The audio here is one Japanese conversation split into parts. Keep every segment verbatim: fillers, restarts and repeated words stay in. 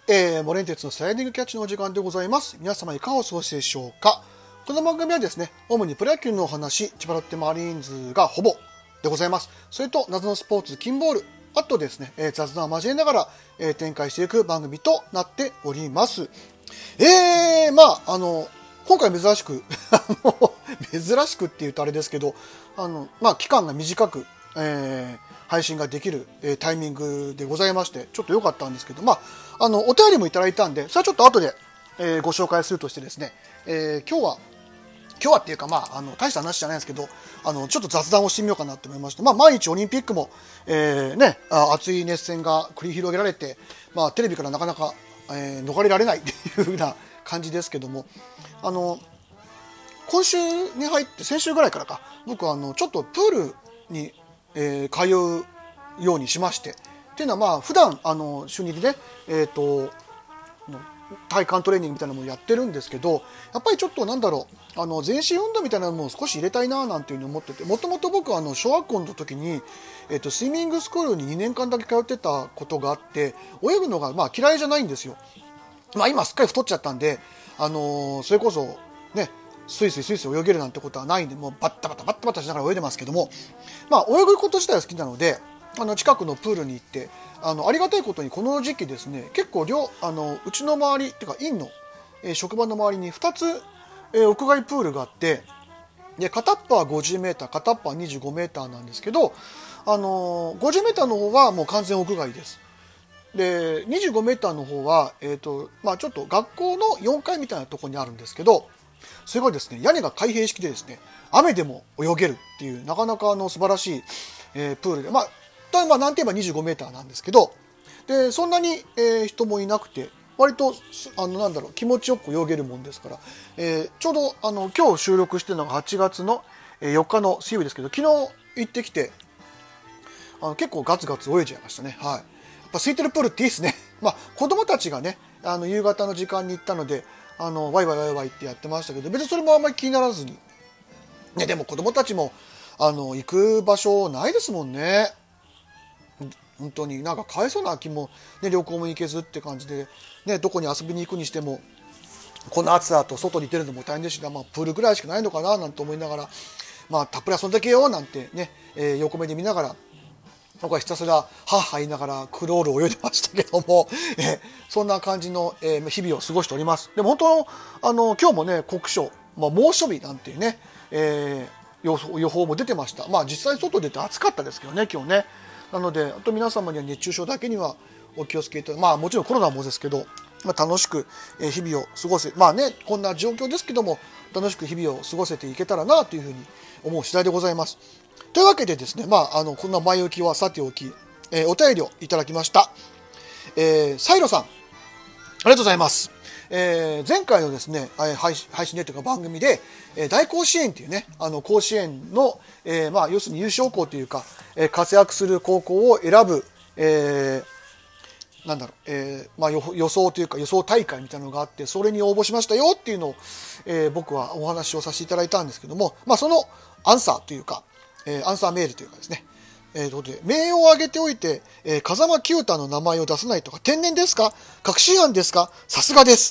えー、モレンテツのスライディングキャッチのお時間でございます。皆様いかがお過ごしでしょうか。この番組はですね、主にプロ野球のお話、千葉ロッテマリーンズがほぼでございます。それと謎のスポーツ、キンボール、あとですね、えー、雑談を交えながら、えー、展開していく番組となっております。えー、まあ、あの、今回珍しく、あの、珍しくって言うとあれですけど、あの、まあ、期間が短く、えー、配信ができる、えー、タイミングでございまして、ちょっと良かったんですけど、まあ、あの、お便りもいただいたんで、それはちょっと後で、えー、ご紹介するとしてですね、えー、今日は、今日はっていうか、まあ、あの、大した話じゃないんですけど、あの、ちょっと雑談をしてみようかなと思いまして、まあ、毎日オリンピックも、えー、ね、熱い熱戦が繰り広げられて、まあ、テレビからなかなか、えー、逃れられないっていう風な感じですけども、あの、今週に入って、先週ぐらいからか、僕はあの、ちょっとプールに、えー、通うようにしまして、っていうのはまあ、普段、あの、週にでね、えっと、体幹トレーニングみたいなものをやってるんですけど、やっぱりちょっとなんだろう、あの、全身運動みたいなものを少し入れたいななんていうふうに思ってて、もともと僕はあの、小学校の時に、えっと、スイミングスクールににねんかんだけ通ってたことがあって、泳ぐのがまあ嫌いじゃないんですよ。まあ今すっかり太っちゃったんで、あのー、それこそ、ね、スイスイスイスイ泳げるなんてことはないんで、もうバッタバタバッタバタしながら泳いでますけども、まあ泳ぐこと自体は好きなので、あの近くのプールに行って、あのありがたいことにこの時期ですね、結構両あのうちの周りっていうか院の、えー、職場の周りにふたつ、えー、屋外プールがあって、で片っぽはごじゅうメーター、片っぽはにじゅうごメーターなんですけど、あのー、ごじゅうメーターの方はもう完全屋外です。でにじゅうごメーターの方は、えーとまあ、ちょっと学校のよんかいみたいなところにあるんですけど、それがですね、屋根が開閉式でですね、雨でも泳げるっていうなかなかあの素晴らしい、えー、プールで、まあ、ただまあなんて言えばにじゅうごメーターなんですけど、でそんなに、えー、人もいなくて、割とあのなんだろう、気持ちよく泳げるもんですから、えー、ちょうどあの今日収録してるのがはちがつのよっかの水曜日ですけど、昨日行ってきて、あの結構ガツガツ泳いじゃいましたね。はい。やっぱ空いてるプールっていいですね。まあ子供たちがね、あの夕方の時間に行ったので、あのワイワイワイワイってやってましたけど、別にそれもあんまり気にならずに。ね、でも子供たちもあの行く場所ないですもんね。本当になんかかわいそうな気も、ね、旅行も行けずって感じで、ね、どこに遊びに行くにしても、この暑さだと外に出るのも大変ですし、まあ、プールぐらいしかないのかななんて思いながら、まあ、たっぷり遊んだけよなんてね、えー、横目で見ながら、僕はひたすらはっは言いながらクロールを泳いでましたけども、えー、そんな感じの、えー、日々を過ごしております。でも本当あの今日もね、酷暑、まあ、猛暑日なんていうね、えー、予想、予報も出てました。まあ実際外出て暑かったですけどね、今日ね。なので、あと皆様には熱中症だけにはお気をつけいただき、まあもちろんコロナもですけど、まあ、楽しく日々を過ごせ、まあね、こんな状況ですけども、楽しく日々を過ごせていけたらなというふうに思う次第でございます。というわけでですね、まあ、あの、こんな前置きはさておき、えー、お便りをいただきました。えー、サイロさん、ありがとうございます。えー、前回のですね、配信配信でというか番組で、えー、大甲子園っていうね、あの、甲子園の、えー、まあ、要するに優勝校というか、えー、活躍する高校を選ぶ、えー、なんだろう、えー、まあ、予想というか予想大会みたいなのがあって、それに応募しましたよっていうのを、えー、僕はお話をさせていただいたんですけども、まあ、そのアンサーというか、えー、アンサーメールというかですね、えー、ということで名誉を挙げておいて、えー、風間清太の名前を出さないとか天然ですか、確信犯ですか、さすがです、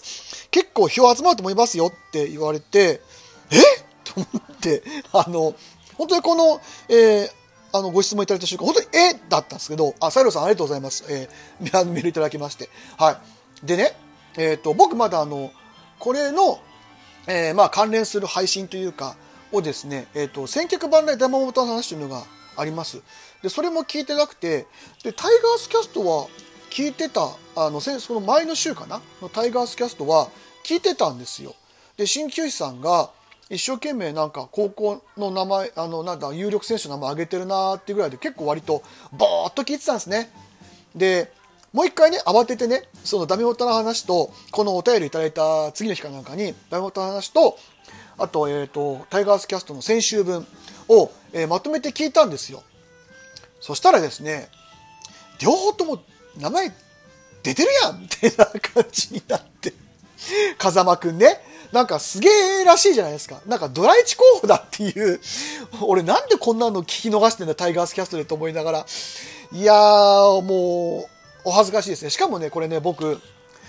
結構票集まると思いますよって言われて、えと思って、あの本当にこの、えー、あのご質問いただいた瞬間本当にえだったんですけど、あ、サイロさんありがとうございます、えー、メールいただきまして、はい。でね、えー、と僕まだあのこれの、えー、まあ関連する配信というかをですね、えー、と千客万来山本の話というのがあります。でそれも聞いてなくて、でタイガースキャストは聞いてた、あのその前の週かなのタイガースキャストは聞いてたんですよ。で鍼灸師さんが一生懸命なんか高校の名前、あのなんだ有力選手の名前挙げてるなーっていうぐらいで結構割とボーっと聞いてたんですね。でもう一回ね、慌ててね、そのダメ元の話とこのお便りいただいた次の日かなんかにダメ元の話と、あと、えっと、タイガースキャストの先週分を、えー、まとめて聞いたんですよ。そしたらですね、両方とも名前出てるやんみたいな感じになって、風間くんね、なんかすげえらしいじゃないですか。なんかドラいち候補だっていう、俺なんでこんなの聞き逃してんだタイガースキャストでと思いながら、いやーもうお恥ずかしいですね。しかもね、これね、僕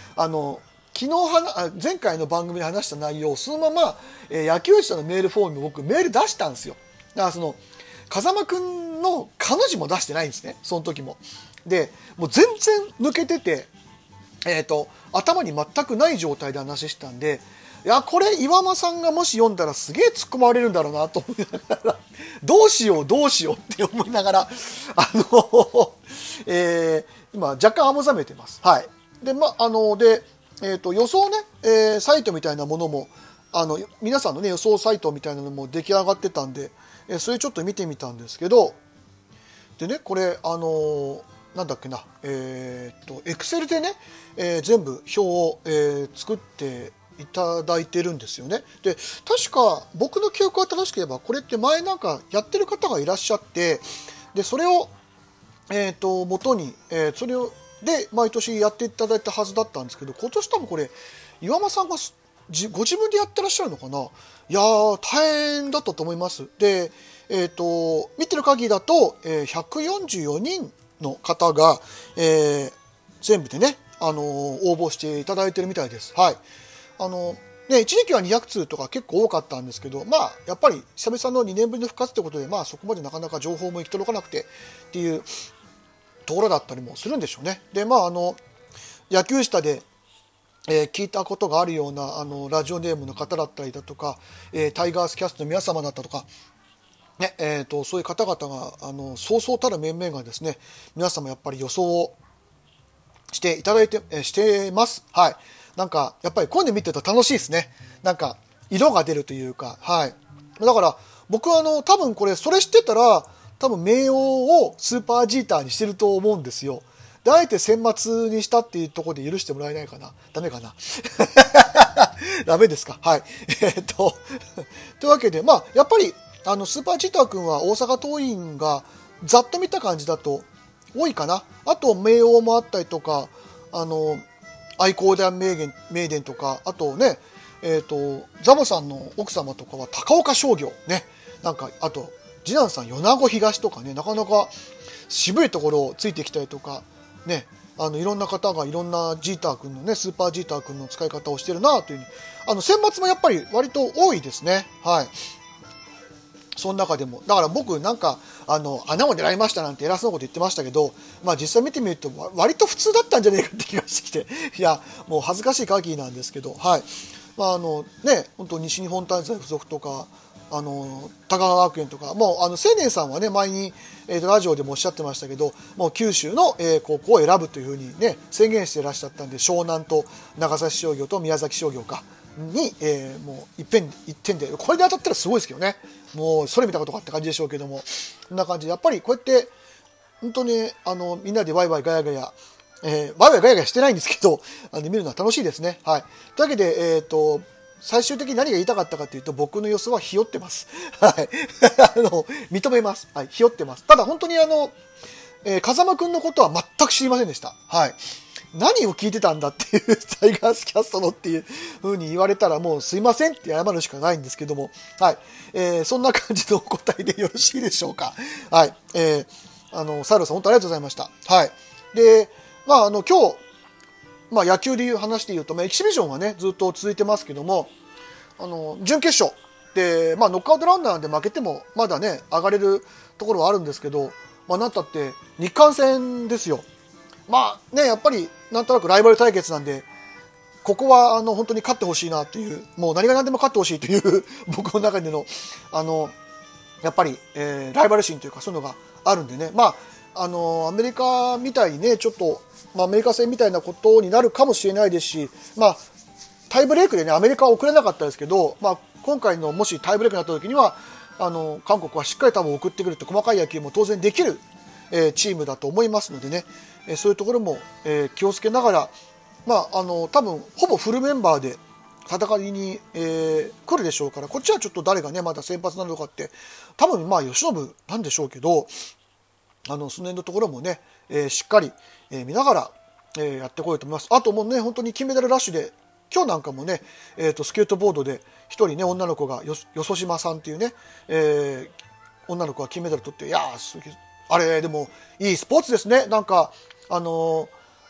あの昨日は前回の番組で話した内容をそのまま、えー、野球児のメールフォームに僕メール出したんですよ。だからその風間くんの彼女も出してないんですね、その時も。でもう全然抜けてて、えーと、頭に全くない状態で話してたんで、いやこれ岩間さんがもし読んだらすげえ突っ込まれるんだろうなと思いながらどうしようどうしようって思いながらあの、えー、今若干青ざめてます。はい。でまあのでえーと、予想ね、えー、サイトみたいなものもあの皆さんのね予想サイトみたいなのも出来上がってたんで、えー、それちょっと見てみたんですけど、でねこれあのー、なんだっけなえー、っとエクセルでね、えー、全部表を、えー、作っていただいてるんですよね。で確か僕の記憶が正しければこれって前なんかやってる方がいらっしゃって、でそれをえー、っと元に、えー、それをで毎年やっていただいたはずだったんですけど、今年多分これ岩間さんがじご自分でやってらっしゃるのかな。いやー大変だったと思います。で、えー、と見てる限りだと、えー、ひゃくよんじゅうよにんの方が、えー、全部でね、あのー、応募していただいてるみたいです。はい。あのーね、一時期はにひゃくつうとか結構多かったんですけど、まあやっぱり久々のにねんぶりの復活ってことで、まあそこまでなかなか情報も行き届かなくてっていうところだったりもするんでしょうね。でまああの野球下で、えー、聞いたことがあるようなあのラジオネームの方だったりだとか、えー、タイガースキャストの皆様だったとか、ねえー、とそういう方々があのそうそうたる面々がですね、皆様やっぱり予想をしていただいて、えー、してます。はい。なんかやっぱりこういうの見てると楽しいですね。なんか色が出るというか、はい。だから僕はあの多分これそれ知ってたら多分名王をスーパージーターにしてると思うんですよ。であえて選抜にしたっていうところで許してもらえないかな。ダメかな。ダメですか。はい。えー、っとというわけで、まあやっぱりあのスーパージーター君は大阪桐蔭がざっと見た感じだと多いかな。あと名王もあったりとか、あの愛工大名電名電とか、あとね、えー、っとザボさんの奥様とかは高岡商業ね、なんかあと次男さん米子東とかね、なかなか渋いところをついてきたりとかね、あのいろんな方がいろんなジーター君のね、スーパージーター君の使い方をしてるなというふうに、あの選抜もやっぱり割と多いですね。はい。その中でもだから僕なんかあの穴を狙いましたなんて偉そうなこと言ってましたけど、まあ実際見てみると割と普通だったんじゃないかって気がしてきて、いやもう恥ずかしい限りなんですけど、はい。まああのね、本当西日本短大付属とか。あの高川学園とかもうあの青年さんはね前に、えー、とラジオでもおっしゃってましたけど、もう九州の、えー、高校を選ぶというふうにね宣言していらっしゃったんで、湘南と長崎商業と宮崎商業かに、えー、もう一遍一点でこれで当たったらすごいですけどね、もうそれ見たことかって感じでしょうけども、こんな感じでやっぱりこうやって本当にあのみんなでワイワイガヤガヤ、えー、ワイワイガヤガヤしてないんですけど、あの見るのは楽しいですね。はい。というわけでえっ、ー、と最終的に何が言いたかったかというと、僕の予想はひよってます。はい。あの、認めます。はい。ひよってます。ただ本当にあの、えー、風間くんのことは全く知りませんでした。はい。何を聞いてたんだっていう、タイガースキャストのっていう風に言われたらもうすいませんって謝るしかないんですけども、はい。えー、そんな感じのお答えでよろしいでしょうか。はい。えー、あの、サイロさん本当ありがとうございました。はい。で、まああの、今日、まあ、野球でいう話でいうと、まあ、エキシビジョンはねずっと続いてますけども、あの準決勝で、まあ、ノックアウトランナーで負けてもまだね上がれるところはあるんですけど、まあ、なんたって日韓戦ですよ。まあねやっぱりなんとなくライバル対決なんで、ここはあの本当に勝ってほしいなという、もう何が何でも勝ってほしいという僕の中でのあのやっぱり、えー、ライバル心というかそういうのがあるんでね、まああのアメリカみたいにねちょっと、まあ、アメリカ戦みたいなことになるかもしれないですし、まあ、タイブレークでねアメリカは遅れなかったですけど、まあ、今回のもしタイブレークになった時にはあの韓国はしっかり多分送ってくるって細かい野球も当然できる、えー、チームだと思いますのでね、えー、そういうところも、えー、気をつけながら、まあ、あの多分ほぼフルメンバーで戦いに、えー、来るでしょうから、こっちはちょっと誰がねまだ先発なのかって多分まあ由伸なんでしょうけど、あのその辺のところもね、えー、しっかり、えー、見ながら、えー、やってこようと思います。あともうね本当に金メダルラッシュで今日なんかもね、えー、とスケートボードで一人ね女の子がよよそ島さんっていうね、えー、女の子が金メダル取って、いやーすげえあれでもいいスポーツですね。なんかあのー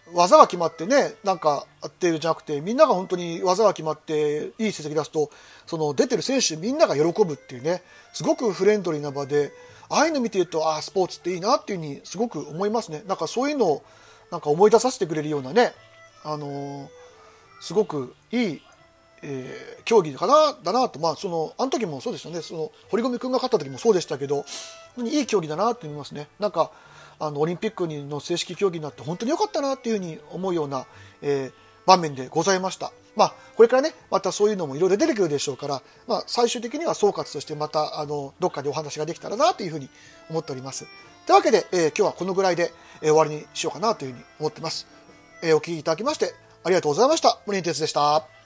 技が決まってねなんかやってるじゃなくて、みんなが本当に技が決まっていい成績出すと、その出てる選手みんなが喜ぶっていうね、すごくフレンドリーな場で、ああいうの見てると、ああスポーツっていいなっていう風にすごく思いますね。なんかそういうのをなんか思い出させてくれるようなね、あのー、すごくいい、えー、競技かなだなと、まあそのあの時もそうですよね、その堀米君が勝った時もそうでしたけど、いい競技だなと思いますね。なんかあのオリンピックの正式競技になって本当に良かったなっていう風に思うような、えー、場面でございました。まあこれからねまたそういうのもいろいろ出てくるでしょうから、まあ、最終的には総括としてまたあのどっかでお話ができたらなというふうに思っております。というわけで、えー、今日はこのぐらいで、えー、終わりにしようかなというふうに思っています。えー、お聞きいただきましてありがとうございました。森根哲でした。